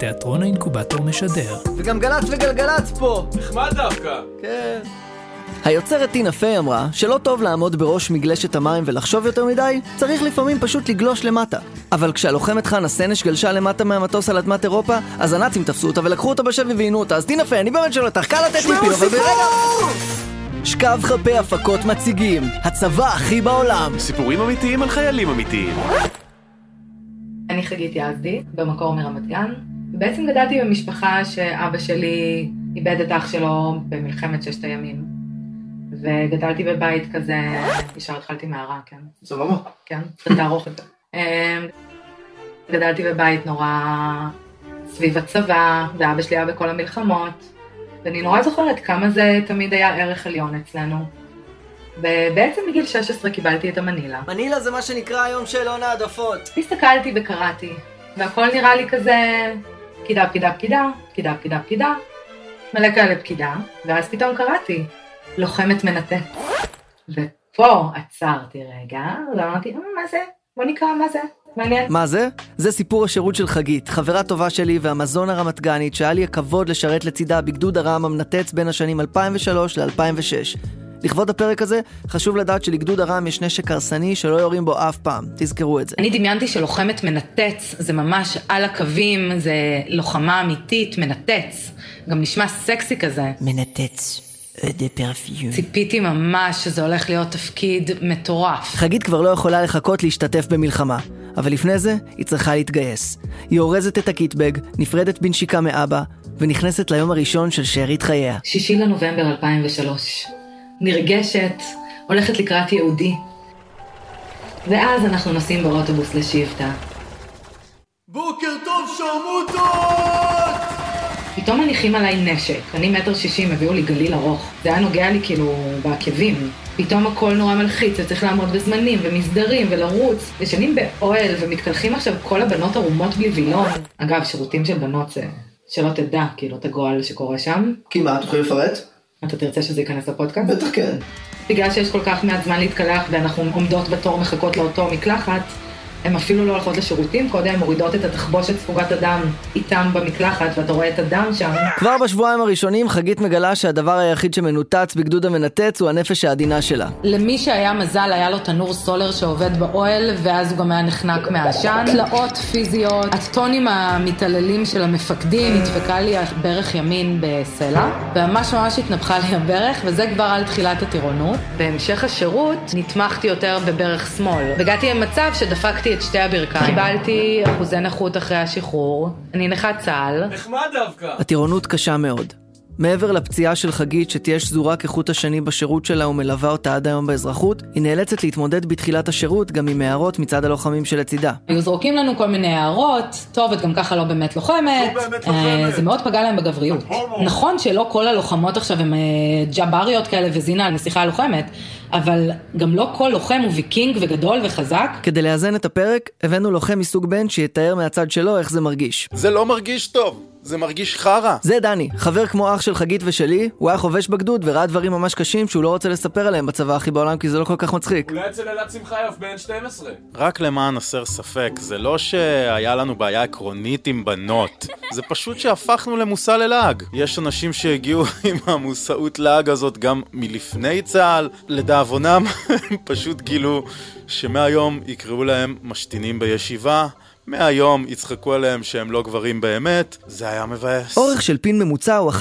תיאטרון האינקובטור משדר. וגם גלץ וגלגלץ פה. נחמד דווקא. כן. היוצרת טינה פיי אמרה שלא טוב לעמוד בראש מגלשת המים ולחשוב יותר מדי, צריך לפעמים פשוט לגלוש למטה. אבל כשהלוחמת חנה סנש גלשה למטה מהמטוס על אדמת אירופה, אז הנאצים תפסו אותה ולקחו אותה בשבי ועינו אותה. אז טינה פיי, אני באמת שואל אותך, קל לתת טיפים, אבל ברגע... שקב חפי הפקות מציגים, הצבא הכי בעולם. סיפורים אמיתיים על חיילים אמיתיים. אני חגית יזדי, במקור מרמת גן. בעצם גדלתי במשפחה שאבא שלי איבד את אח שלו במלחמת ששת הימים. וגדלתי בבית כזה, ישר התחלתי מהרע, כן. סבבה. כן, תערוך את זה. גדלתי בבית נורא סביב הצבא, ואבא שלי היה בכל המלחמות. ואני נורא זוכרת כמה זה תמיד היה ערך עליון אצלנו. ובעצם בגיל 16 קיבלתי את המנילה. מנילה זה מה שנקרא היום שאלון העדפות. הסתכלתי וקראתי, והכל נראה לי כזה פקידה, פקידה, פקידה, פקידה, פקידה, פקידה, מלא כאלה פקידה, ואז פתאום קראתי, לוחמת מנתק. ופה עצרתי רגע, ואמרתי, מה זה? בוא נקרא מה זה. מעניין. מה זה? זה סיפור השירות של חגית, חברה טובה שלי והמזון הרמת גנית שהיה לי הכבוד לשרת לצידה בגדוד הרם המנתץ בין השנים 2003 ל-2006. לכבוד הפרק הזה, חשוב לדעת שלגדוד הרם יש נשק הרסני שלא יורים בו אף פעם. תזכרו את זה. אני דמיינתי שלוחמת מנתץ, זה ממש על הקווים, זה לוחמה אמיתית, מנתץ. גם נשמע סקסי כזה. מנתץ. ציפיתי ממש שזה הולך להיות תפקיד מטורף. חגית כבר לא יכולה לחכות להשתתף במלחמה, אבל לפני זה היא צריכה להתגייס. היא אורזת את הקיטבג, נפרדת בנשיקה מאבא, ונכנסת ליום הראשון של שארית חייה. 6 לנובמבר 2003. נרגשת, הולכת לקראת יהודי. ואז אנחנו נוסעים באוטובוס לשבטה. בוקר טוב שרמוטות! פתאום מניחים עליי נשק, אני 1.60 מטר, הביאו לי גליל ארוך. זה היה נוגע לי כאילו בעקבים. פתאום הכל נורא מלחיץ, וצריך לעמוד בזמנים ומסדרים ולרוץ. ישנים באוהל ומתקלחים עכשיו כל הבנות ערומות בלי וילון. אגב, שירותים של בנות זה שלא תדע כאילו את הגועל שקורה שם. כי מה, תוכלי לפרט? אתה תרצה שזה ייכנס לפודקאסט? בטח כן. בגלל שיש כל כך מעט זמן להתקלח ואנחנו עומדות בתור מחכות לאותו מקלחת, הן אפילו לא הולכות לשירותים, קודם מורידות את התחבושת ספוגת הדם איתם במקלחת, ואתה רואה את הדם שם. כבר בשבועיים הראשונים חגית מגלה שהדבר היחיד שמנותץ בגדוד המנתץ הוא הנפש העדינה שלה. למי שהיה מזל היה לו תנור סולר שעובד באוהל, ואז הוא גם היה נחנק מהעשן. תלאות פיזיות, הטונים המתעללים של המפקדים, נדפקה לי ברך ימין בסלע, וממש ממש התנפחה לי הברך, וזה כבר על תחילת הטירונות. בהמשך השירות נתמכתי יותר בברך שמאל, והגעתי למצב שדפקתי את שתי הברכיים. קיבלתי אחוזי נכות אחרי השחרור. אני נכת צה"ל. נחמד דווקא. הטירונות קשה מאוד. מעבר לפציעה של חגית שתהיה שזורה כחוט השני בשירות שלה ומלווה אותה עד היום באזרחות, היא נאלצת להתמודד בתחילת השירות גם עם הערות מצד הלוחמים שלצידה. היו זורקים לנו כל מיני הערות, טוב, את גם ככה לא באמת לוחמת, זה מאוד פגע להם בגבריות. נכון שלא כל הלוחמות עכשיו הן ג'אבריות כאלה וזינה על נסיכה הלוחמת, אבל גם לא כל לוחם הוא ויקינג וגדול וחזק. כדי לאזן את הפרק, הבאנו לוחם מסוג בן שיתאר מהצד שלו איך זה מרגיש. זה לא מרגיש טוב, זה מרגיש חרה. זה דני, חבר כמו אח של חגית ושלי, הוא היה חובש בגדוד וראה דברים ממש קשים שהוא לא רוצה לספר עליהם בצבא הכי בעולם כי זה לא כל כך מצחיק. אולי אצל אלעד שמחיוף בן 12. רק למען הסר ספק, זה לא שהיה לנו בעיה עקרונית עם בנות, זה פשוט שהפכנו למושא ללעג. יש אנשים שהגיעו עם המושאות לעג הזאת גם מלפני צה"ל, לדאבונם פשוט גילו שמהיום יקראו להם משתינים בישיבה, מהיום יצחקו עליהם שהם לא גברים באמת, זה היה מבאס. אורך של פין ממוצע הוא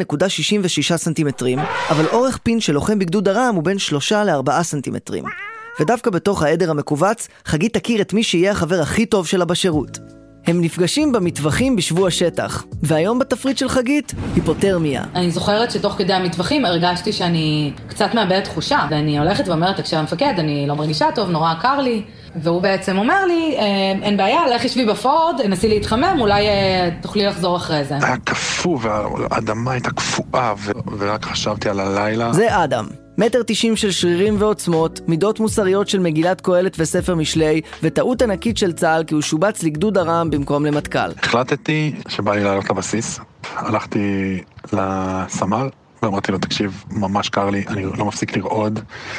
11.66 סנטימטרים, אבל אורך פין של לוחם בגדוד הרם הוא בין 3 ל-4 סנטימטרים. ודווקא בתוך העדר המקובץ, חגית תכיר את מי שיהיה החבר הכי טוב שלה בשירות. הם נפגשים במטווחים בשבוע שטח, והיום בתפריט של חגית, היפותרמיה. אני זוכרת שתוך כדי המטווחים הרגשתי שאני קצת מאבדת תחושה, ואני הולכת ואומרת, תקשיב המפקד, אני לא מרגישה טוב, נורא קר לי, והוא בעצם אומר לי, אין בעיה, לך ישבי בפורד, נסי להתחמם, אולי תוכלי לחזור אחרי זה. היה קפוא, והאדמה הייתה קפואה, ורק חשבתי על הלילה. זה אדם. 1.90 מטר של שרירים ועוצמות, מידות מוסריות של מגילת קהלת וספר משלי, וטעות ענקית של צה"ל כי הוא שובץ לגדוד הרם במקום למטכ"ל. החלטתי שבא לי לעלות לבסיס, הלכתי לסמל, ואמרתי לו, תקשיב, ממש קר לי, אני לא מפסיק לרעוד,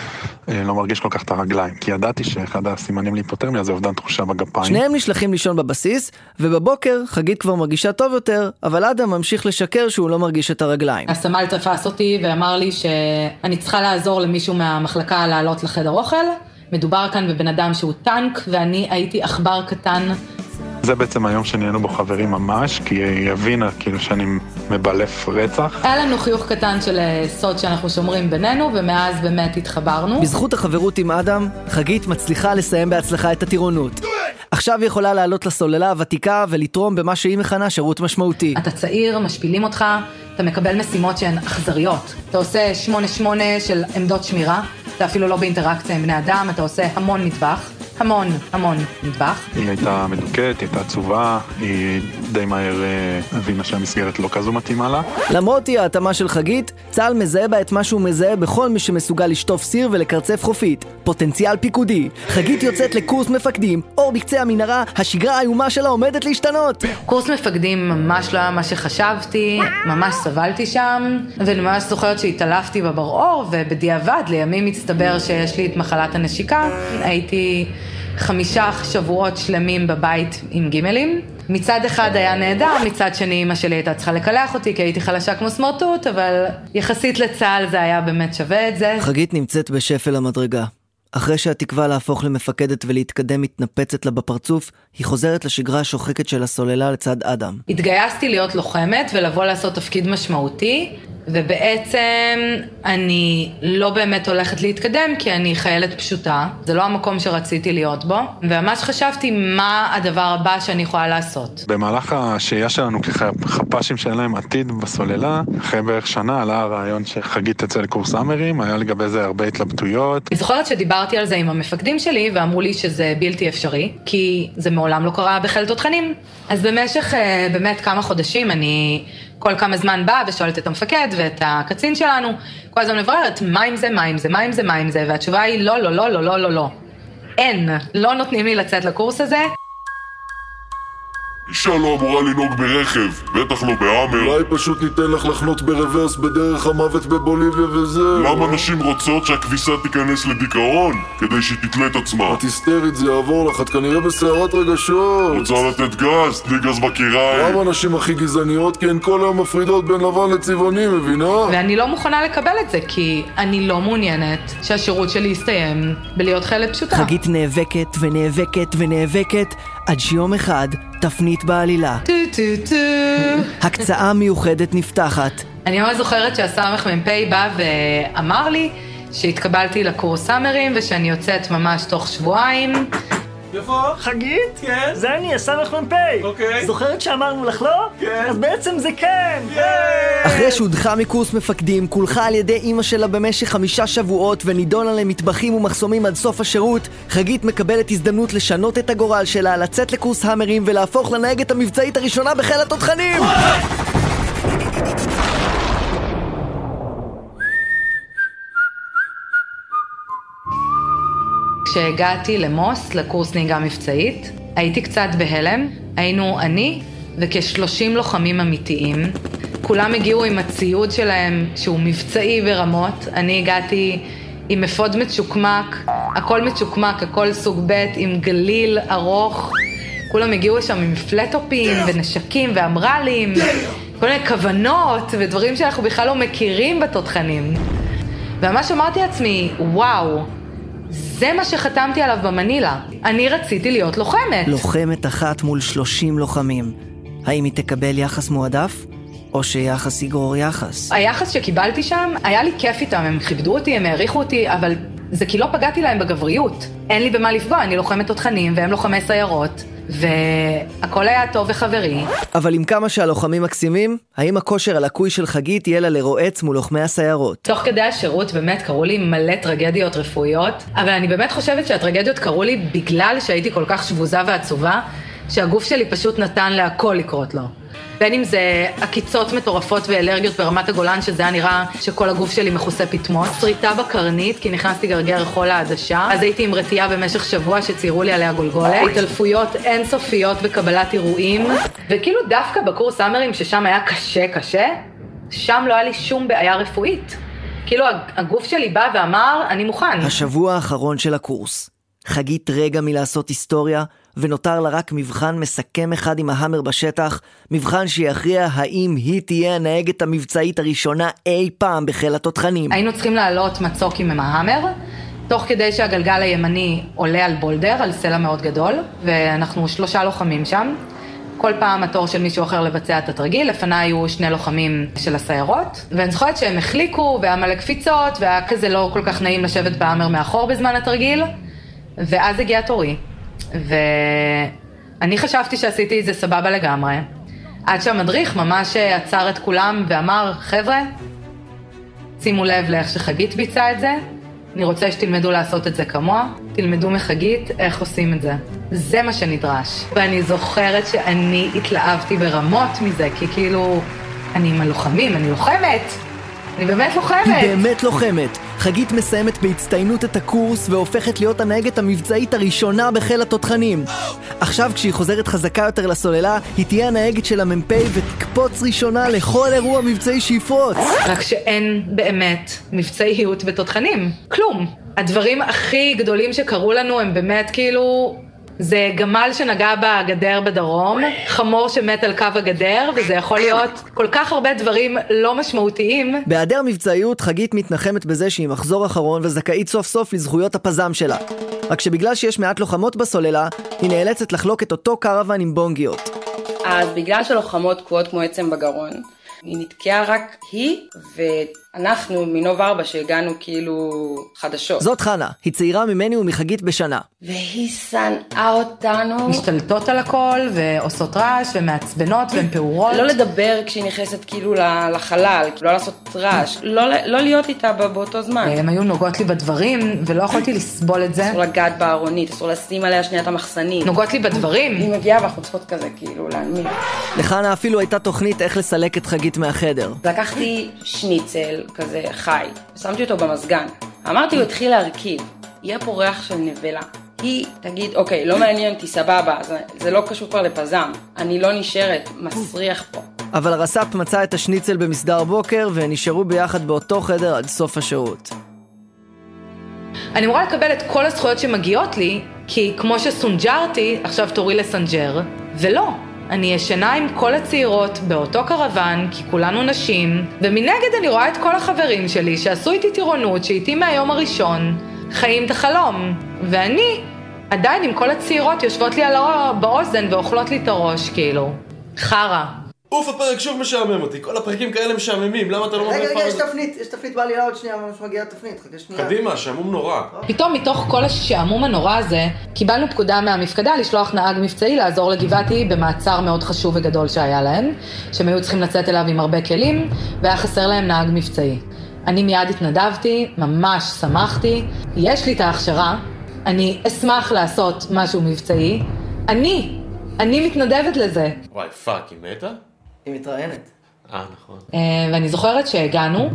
לא מרגיש כל כך את הרגליים, כי ידעתי שאחד הסימנים להיפותרמיה זה אובדן תחושה בגפיים. שניהם נשלחים לישון בבסיס, ובבוקר חגית כבר מרגישה טוב יותר, אבל אדם ממשיך לשקר שהוא לא מרגיש את הרגליים. הסמל תפס אותי ואמר לי שאני צריכה לעזור למישהו מהמחלקה לעלות לחדר אוכל. מדובר כאן בבן אדם שהוא טנק, ואני הייתי עכבר קטן. זה בעצם היום שנהיינו בו חברים ממש, כי היא הבינה כאילו שאני מבלף רצח. היה לנו חיוך קטן של סוד שאנחנו שומרים בינינו, ומאז באמת התחברנו. בזכות החברות עם אדם, חגית מצליחה לסיים בהצלחה את הטירונות. עכשיו היא יכולה לעלות לסוללה הוותיקה ולתרום במה שהיא מכנה שירות משמעותי. אתה צעיר, משפילים אותך, אתה מקבל משימות שהן אכזריות. אתה עושה 8-8 של עמדות שמירה, אתה אפילו לא באינטראקציה עם בני אדם, אתה עושה המון מטבח. המון מטבח. היא הייתה מדוכאת, היא הייתה עצובה, היא די מהר הבינה שהמסגרת לא כזו מתאימה לה. למרות היא ההתאמה של חגית, צה"ל מזהה בה את מה שהוא מזהה בכל מי שמסוגל לשטוף סיר ולקרצף חופית. פוטנציאל פיקודי. חגית יוצאת לקורס מפקדים, אור בקצה המנהרה, השגרה האיומה שלה עומדת להשתנות. קורס מפקדים ממש לא היה מה שחשבתי, ממש סבלתי שם, ואני ממש זוכרת שהתעלפתי בבר אור, ובדיעבד לימים מצטבר שיש לי את מחלת הנשיקה. הייתי 5 שבועות שלמים בבית עם גימלים. מצד אחד היה נהדר, מצד שני אמא שלי הייתה צריכה לקלח אותי, כי הייתי חלשה כמו סמרטוט, אבל יחסית לצה"ל זה היה באמת שווה את זה. חגית נמצאת בשפל המדרגה. אחרי שהתקווה להפוך למפקדת ולהתקדם מתנפצת לה בפרצוף, היא חוזרת לשגרה השוחקת של הסוללה לצד אדם. התגייסתי להיות לוחמת ולבוא לעשות תפקיד משמעותי, ובעצם אני לא באמת הולכת להתקדם, כי אני חיילת פשוטה. זה לא המקום שרציתי להיות בו, וממש חשבתי מה הדבר הבא שאני יכולה לעשות. במהלך השהייה שלנו כחפשים שאין להם עתיד בסוללה, אחרי בערך שנה עלה הרעיון שחגית תצא לקורס אמרים, היה לגבי זה הרבה התלבטויות. אני זוכרת שדיברתי על זה עם המפקדים שלי, ואמרו לי שזה בלתי אפשרי, כי זה מעולם לא קרה בחיל תותחנים. אז במשך באמת כמה חודשים אני כל כמה זמן באה ושואלת את המפקד ואת הקצין שלנו, כל הזמן מבררת, מה עם זה, והתשובה היא לא. אין, לא נותנים לי לצאת לקורס הזה. אישה לא אמורה לנהוג ברכב, בטח לא באמר. אולי פשוט ניתן לך לחנות ברוורס בדרך המוות בבוליביה וזה. למה נשים רוצות שהכביסה תיכנס לדיכאון? כדי שהיא תתלה את עצמה. את היסטרית, זה יעבור לך, את כנראה בסערת רגשות. רוצה לתת גז, תני גז בקיריים. למה הנשים הכי גזעניות? כי הן כל היום מפרידות בין לבן לצבעוני, מבינה? ואני לא מוכנה לקבל את זה, כי אני לא מעוניינת שהשירות שלי יסתיים בלהיות חיילת פשוטה. חגית נאבקת, עד שיום אחד תפנית בעלילה. הקצאה מיוחדת נפתחת. אני ממש זוכרת שהסמ"פ בא ואמר לי שהתקבלתי לקורס סאמרים ושאני יוצאת ממש תוך שבועיים. איפה? חגית? כן. זה אני, הסמ"פ. אוקיי. זוכרת שאמרנו לך לא? כן. אז בעצם זה כן. אחרי שהודחה מקורס מפקדים, כולחה על ידי אמא שלה במשך 5 שבועות ונידונה למטבחים ומחסומים עד סוף השירות, חגית מקבלת הזדמנות לשנות את הגורל שלה, לצאת לקורס המרים ולהפוך לנהגת המבצעית הראשונה בחיל התותחנים. כשהגעתי למוס, לקורס נהיגה מבצעית, הייתי קצת בהלם. היינו אני וכ30 לוחמים אמיתיים. כולם הגיעו עם הציוד שלהם שהוא מבצעי ברמות. אני הגעתי עם אפוד מצ'וקמק, הכל מצ'וקמק, הכל סוג ב' עם גליל ארוך. כולם הגיעו שם עם פלטופים ונשקים ואמרלים, כל מיני כוונות ודברים שאנחנו בכלל לא מכירים בתותחנים. וממש אמרתי לעצמי, וואו, זה מה שחתמתי עליו במנילה. אני רציתי להיות לוחמת. לוחמת אחת מול 30 לוחמים. האם היא תקבל יחס מועדף? או שיחס יגרור יחס? היחס שקיבלתי שם, היה לי כיף איתם. הם כיבדו אותי, הם העריכו אותי, אבל זה כי לא פגעתי להם בגבריות. אין לי במה לפגוע, אני לוחמת תותחנים והם לוחמי סיירות. והכל היה טוב וחברי. אבל עם כמה שהלוחמים מקסימים, האם הכושר הלקוי של חגית יהיה לה לרועץ מול לוחמי הסיירות? תוך כדי השירות באמת קראו לי מלא טרגדיות רפואיות, אבל אני באמת חושבת שהטרגדיות קראו לי בגלל שהייתי כל כך שבוזה ועצובה, שהגוף שלי פשוט נתן להכל לקרות לו. בין אם זה עקיצות מטורפות ואלרגיות ברמת הגולן, שזה היה נראה שכל הגוף שלי מכוסה פטמות. שריטה בקרנית, כי נכנסתי גרגר חול העדשה. אז הייתי עם רטייה במשך שבוע שציירו לי עליה גולגולת. התעלפויות אינסופיות בקבלת אירועים. וכאילו דווקא בקורס סאמרים, ששם היה קשה, שם לא היה לי שום בעיה רפואית. כאילו הגוף שלי בא ואמר, אני מוכן. השבוע האחרון של הקורס. חגית רגע מלעשות היסטוריה, ונותר לה רק מבחן מסכם אחד עם ההמר בשטח, מבחן שיכריע האם היא תהיה הנהגת המבצעית הראשונה אי פעם בחיל התותחנים. היינו צריכים לעלות מצוקים עם ההמר, תוך כדי שהגלגל הימני עולה על בולדר, על סלע מאוד גדול, ואנחנו 3 לוחמים שם. כל פעם התור של מישהו אחר לבצע את התרגיל, לפניי היו 2 לוחמים של הסיירות, ואני זוכרת שהם החליקו, והיה מלא קפיצות, והיה כזה לא כל כך נעים לשבת בהמר מאחור בזמן התרגיל, ואז הגיע תורי. ואני חשבתי שעשיתי את זה סבבה לגמרי, עד שהמדריך ממש עצר את כולם ואמר, חבר'ה, שימו לב לאיך שחגית ביצעה את זה, אני רוצה שתלמדו לעשות את זה כמוה, תלמדו מחגית איך עושים את זה. זה מה שנדרש. ואני זוכרת שאני התלהבתי ברמות מזה, כי כאילו, אני עם הלוחמים, אני לוחמת. אני באמת לוחמת. היא באמת לוחמת. חגית מסיימת בהצטיינות את הקורס והופכת להיות הנהגת המבצעית הראשונה בחיל התותחנים. עכשיו כשהיא חוזרת חזקה יותר לסוללה, היא תהיה הנהגת של המ"פ ותקפוץ ראשונה לכל אירוע מבצעי שיפרוץ. רק שאין באמת מבצעיות בתותחנים. כלום. הדברים הכי גדולים שקרו לנו הם באמת כאילו... זה גמל שנגע בגדר בדרום, חמור שמת על קו הגדר, וזה יכול להיות כל כך הרבה דברים לא משמעותיים. בהיעדר מבצעיות, חגית מתנחמת בזה שהיא מחזור אחרון וזכאית סוף סוף לזכויות הפזם שלה. רק שבגלל שיש מעט לוחמות בסוללה, היא נאלצת לחלוק את אותו קרוון עם בונגיות. אז בגלל שלוחמות תקועות כמו עצם בגרון, היא נתקעה רק היא ואנחנו מנוב 4 שהגענו כאילו חדשות. זאת חנה, היא צעירה ממני ומחגית בשנה. והיא שנאה אותנו. משתלטות על הכל ועושות רעש ומעצבנות והן פעורות. לא לדבר כשהיא נכנסת כאילו לחלל, לא לעשות רעש, לא להיות איתה באותו זמן. הם היו נוגעות לי בדברים ולא יכולתי לסבול את זה. אסור לגעת בארונית, אסור לשים עליה שנייה את המחסנית. נוגעות לי בדברים. היא מגיעה ואנחנו צריכות כזה כאילו להנמיך. לחנה אפילו הייתה תוכנית איך לסלק את חגית מהחדר. לקחתי שניצל כזה חי, שמתי אותו במסגן. אמרתי, הוא התחיל להרכיב. יהיה פה ריח של נבלה. היא תגיד, אוקיי, לא מעניין אותי, סבבה, זה לא קשור כבר לפזם. אני לא נשארת, מסריח פה. אבל הרס"פ מצא את השניצל במסדר בוקר, ונשארו ביחד באותו חדר עד סוף השירות. אני אמורה לקבל את כל הזכויות שמגיעות לי, כי כמו שסונג'רתי, עכשיו תורי לסנג'ר, ולא. אני ישנה עם כל הצעירות באותו קרוון, כי כולנו נשים, ומנגד אני רואה את כל החברים שלי שעשו איתי טירונות, שאיתי מהיום הראשון, חיים את החלום. ואני עדיין עם כל הצעירות יושבות לי באוזן ואוכלות לי את הראש, כאילו. חרה. אוף, הפרק שוב משעמם אותי, כל הפרקים כאלה משעממים, למה אתה לא מבין פעם? רגע, יש תפנית בעלילה עוד שנייה, ממש מגיעה תפנית, חכה שנייה. קדימה, שעמום נורא. פתאום מתוך כל השעמום הנורא הזה, קיבלנו פקודה מהמפקדה לשלוח נהג מבצעי לעזור לגבעתי במעצר מאוד חשוב וגדול שהיה להם, שהם היו צריכים לצאת אליו עם הרבה כלים, והיה חסר להם נהג מבצעי. אני מיד התנדבתי, ממש שמחתי, יש לי את ההכשרה, אני אשמח לעשות משהו מבצעי, אני מתנדבת לזה. וואי, פאק, היא מתה? היא מתראיינת. נכון. ואני זוכרת שהגענו,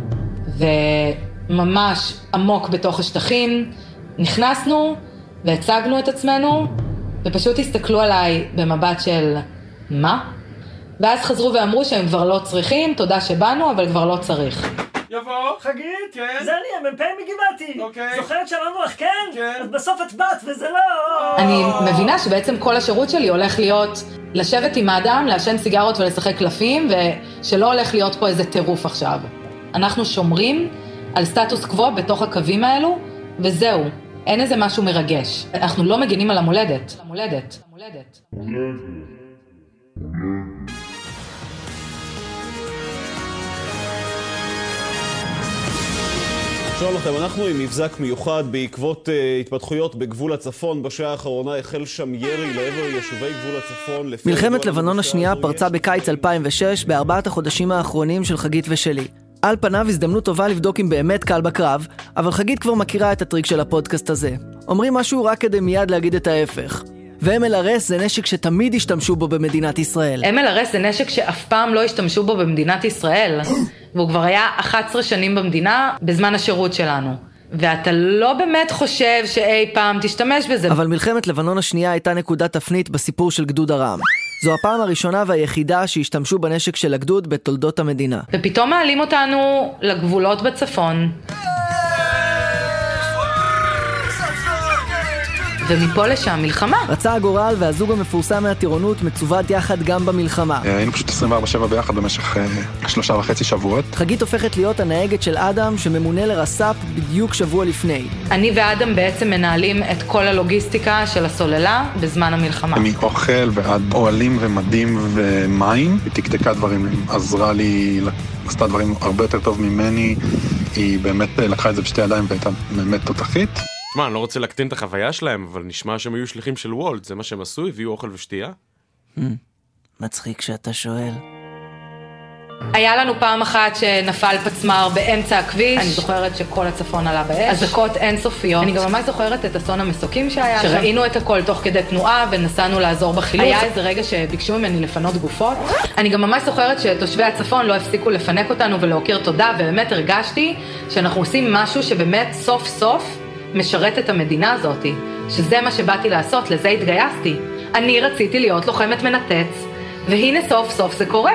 וממש עמוק בתוך השטחים, נכנסנו והצגנו את עצמנו, ופשוט הסתכלו עליי במבט של מה? ואז חזרו ואמרו שהם כבר לא צריכים, תודה שבאנו, אבל כבר לא צריך. יבוא. חגית, כן? זה אני, המ"פ מגבעתי. אוקיי. זוכרת שאמרנו לך כן? כן. אז בסוף את בת וזה לא... אני מבינה שבעצם כל השירות שלי הולך להיות לשבת עם האדם, לעשן סיגרות ולשחק קלפים, ושלא הולך להיות פה איזה טירוף עכשיו. אנחנו שומרים על סטטוס קוו בתוך הקווים האלו, וזהו, אין איזה משהו מרגש. אנחנו לא מגינים על המולדת. המולדת. שלום לכם, אנחנו עם מבזק מיוחד בעקבות התפתחויות בגבול הצפון. בשעה האחרונה החל שם ירי לעבר יישובי גבול הצפון. מלחמת לבנון השנייה פרצה בקיץ 2006 בארבעת החודשים האחרונים של חגית ושלי. על פניו הזדמנות טובה לבדוק אם באמת קל בקרב, אבל חגית כבר מכירה את הטריק של הפודקאסט הזה. אומרים משהו רק כדי מיד להגיד את ההפך. ו-MLRS זה נשק שתמיד השתמשו בו במדינת ישראל. MLRS זה נשק שאף פעם לא השתמשו בו במדינת ישראל, והוא כבר היה 11 שנים במדינה בזמן השירות שלנו. ואתה לא באמת חושב שאי פעם תשתמש בזה. אבל מלחמת לבנון השנייה הייתה נקודת תפנית בסיפור של גדוד הרם. זו הפעם הראשונה והיחידה שהשתמשו בנשק של הגדוד בתולדות המדינה. ופתאום מעלים אותנו לגבולות בצפון. ומפה לשם מלחמה. רצה הגורל והזוג המפורסם מהטירונות מצוות יחד גם במלחמה. היינו פשוט 24/7 ביחד במשך 3.5 שבועות. חגית הופכת להיות הנהגת של אדם שממונה לרס"פ בדיוק שבוע לפני. אני ואדם בעצם מנהלים את כל הלוגיסטיקה של הסוללה בזמן המלחמה. מאוכל ועד אוהלים ומדים ומים. היא תקתקה דברים, עזרה לי, עשתה דברים הרבה יותר טוב ממני. היא באמת לקחה את זה בשתי ידיים והייתה באמת תותחית. תשמע, אני לא רוצה להקטין את החוויה שלהם, אבל נשמע שהם היו שליחים של וולט, זה מה שהם עשו, הביאו אוכל ושתייה. מצחיק שאתה שואל. היה לנו פעם אחת שנפל פצמר באמצע הכביש. אני זוכרת שכל הצפון עלה באש. אזעקות אינסופיות. אני גם ממש זוכרת את אסון המסוקים שהיה. שראינו את הכל תוך כדי תנועה ונסענו לעזור בחילוץ. היה איזה רגע שביקשו ממני לפנות גופות. אני גם ממש זוכרת שתושבי הצפון לא הפסיקו לפנק אותנו ולהוקיר תודה, ובאמת הרגשתי שאנחנו עושים משהו שבאמת סוף סוף משרת את המדינה הזאת, שזה מה שבאתי לעשות, לזה התגייסתי. אני רציתי להיות לוחמת מנתץ, והנה סוף סוף זה קורה.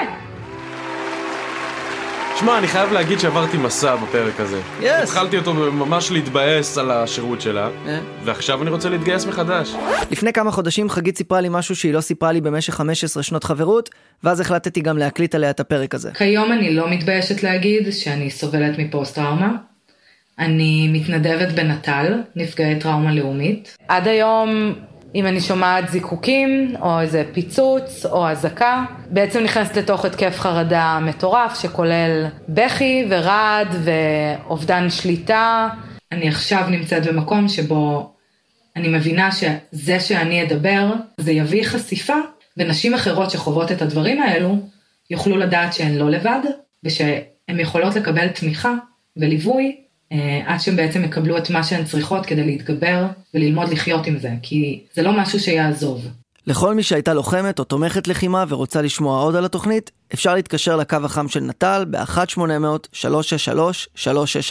תשמע, אני חייב להגיד שעברתי מסע בפרק הזה. התחלתי אותו ממש להתבאס על השירות שלה, ועכשיו אני רוצה להתגייס מחדש. לפני כמה חודשים חגית סיפרה לי משהו שהיא לא סיפרה לי במשך 15 שנות חברות, ואז החלטתי גם להקליט עליה את הפרק הזה. כיום אני לא מתביישת להגיד שאני סובלת מפוסט-טראומה. אני מתנדבת בנטל, נפגעי טראומה לאומית. עד היום, אם אני שומעת זיקוקים, או איזה פיצוץ, או הזקה, בעצם נכנסת לתוך התקף חרדה מטורף, שכולל בכי ורעד ואובדן שליטה. אני עכשיו נמצאת במקום שבו אני מבינה שזה שאני אדבר, זה יביא חשיפה, ונשים אחרות שחוות את הדברים האלו, יוכלו לדעת שהן לא לבד, ושהן יכולות לקבל תמיכה וליווי, עד שהם בעצם יקבלו את מה שהן צריכות כדי להתגבר וללמוד לחיות עם זה, כי זה לא משהו שיעזוב. לכל מי שהייתה לוחמת או תומכת לחימה ורוצה לשמוע עוד על התוכנית, אפשר להתקשר לקו החם של נטל ב-1-800-363-363.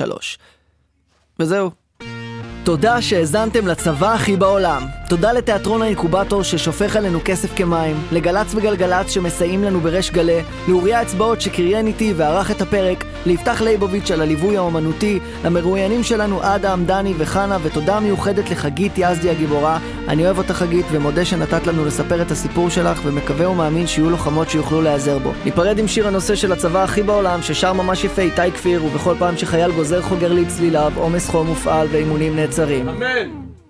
וזהו. תודה שהזנתם לצבא הכי בעולם. תודה לתיאטרון האינקובטור ששופך עלינו כסף כמים, לגלץ וגלגלץ שמסייעים לנו ברש גלה, לאוריה אצבעות שקריין איתי וערך את הפרק, ליפתח ליבוביץ' על הליווי האומנותי, למרואיינים שלנו אדם, דני וחנה, ותודה מיוחדת לחגית יזדי הגיבורה. אני אוהב אותה חגית ומודה שנתת לנו לספר את הסיפור שלך, ומקווה ומאמין שיהיו לוחמות שיוכלו להיעזר בו. ניפרד עם שיר הנושא של הצבא הכי בעולם ששר ממש יפה איתי כפיר, ובכל פעם שחייל גוזר חוגר לצליליו, עומס חום מופעל ואימונים נעצרים. אמן.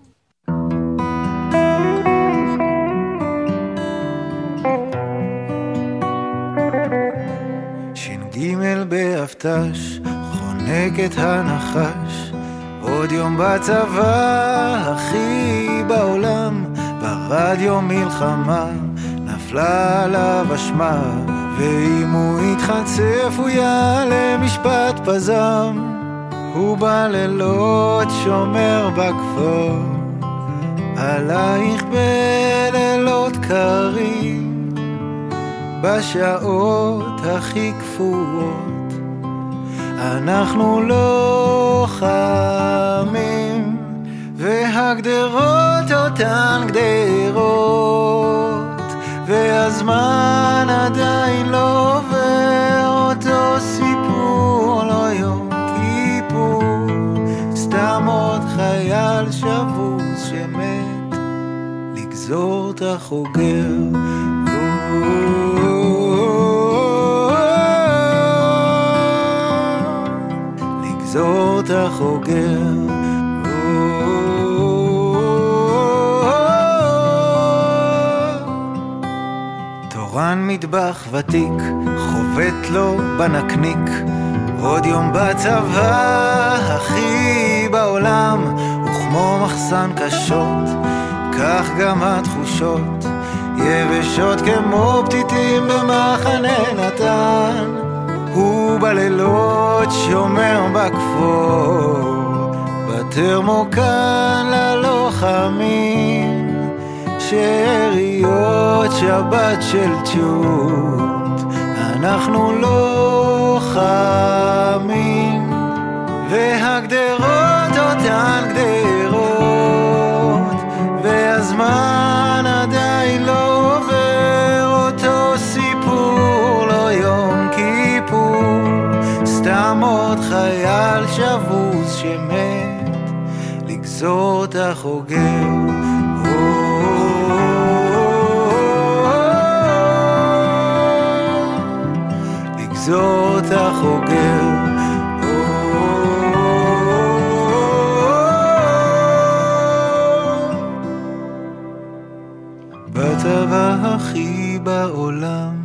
ש"ג באבטש חונק את הנחש, עוד יום בצבא הכי בעולם, ברדיו מלחמה נפלה עליו אשמה, ואם הוא יתחצף הוא יעלה משפט פזם. הוא בלילות שומר בכפור, עלייך בלילות קרים, בשעות הכי כפורות אנחנו לוחמים, והגדרות אותן גדרות, והזמן עדיין לא עובר, אותו סיפור לא יום כיפור, סתם עוד חייל שבוס שמת לגזור את החוגר. לגזור את החוגר. תורן מטבח ותיק חובט לו בנקניק, עוד יום בצבא הכי בעולם, וכמו מחסן קשות כך גם התחושות יבשות כמו פתיתים במחנה נתן. הוא בלילות שומר בכפור, בתרמוקן ללוחמים, שאריות שבת של צ'וט אנחנו לוחמים, והגדרות אותן גדרות, והזמן עדיין לא עובר, שבוז שמת לגזור את החוגר. לגזור את החוגר. בטבע הכי בעולם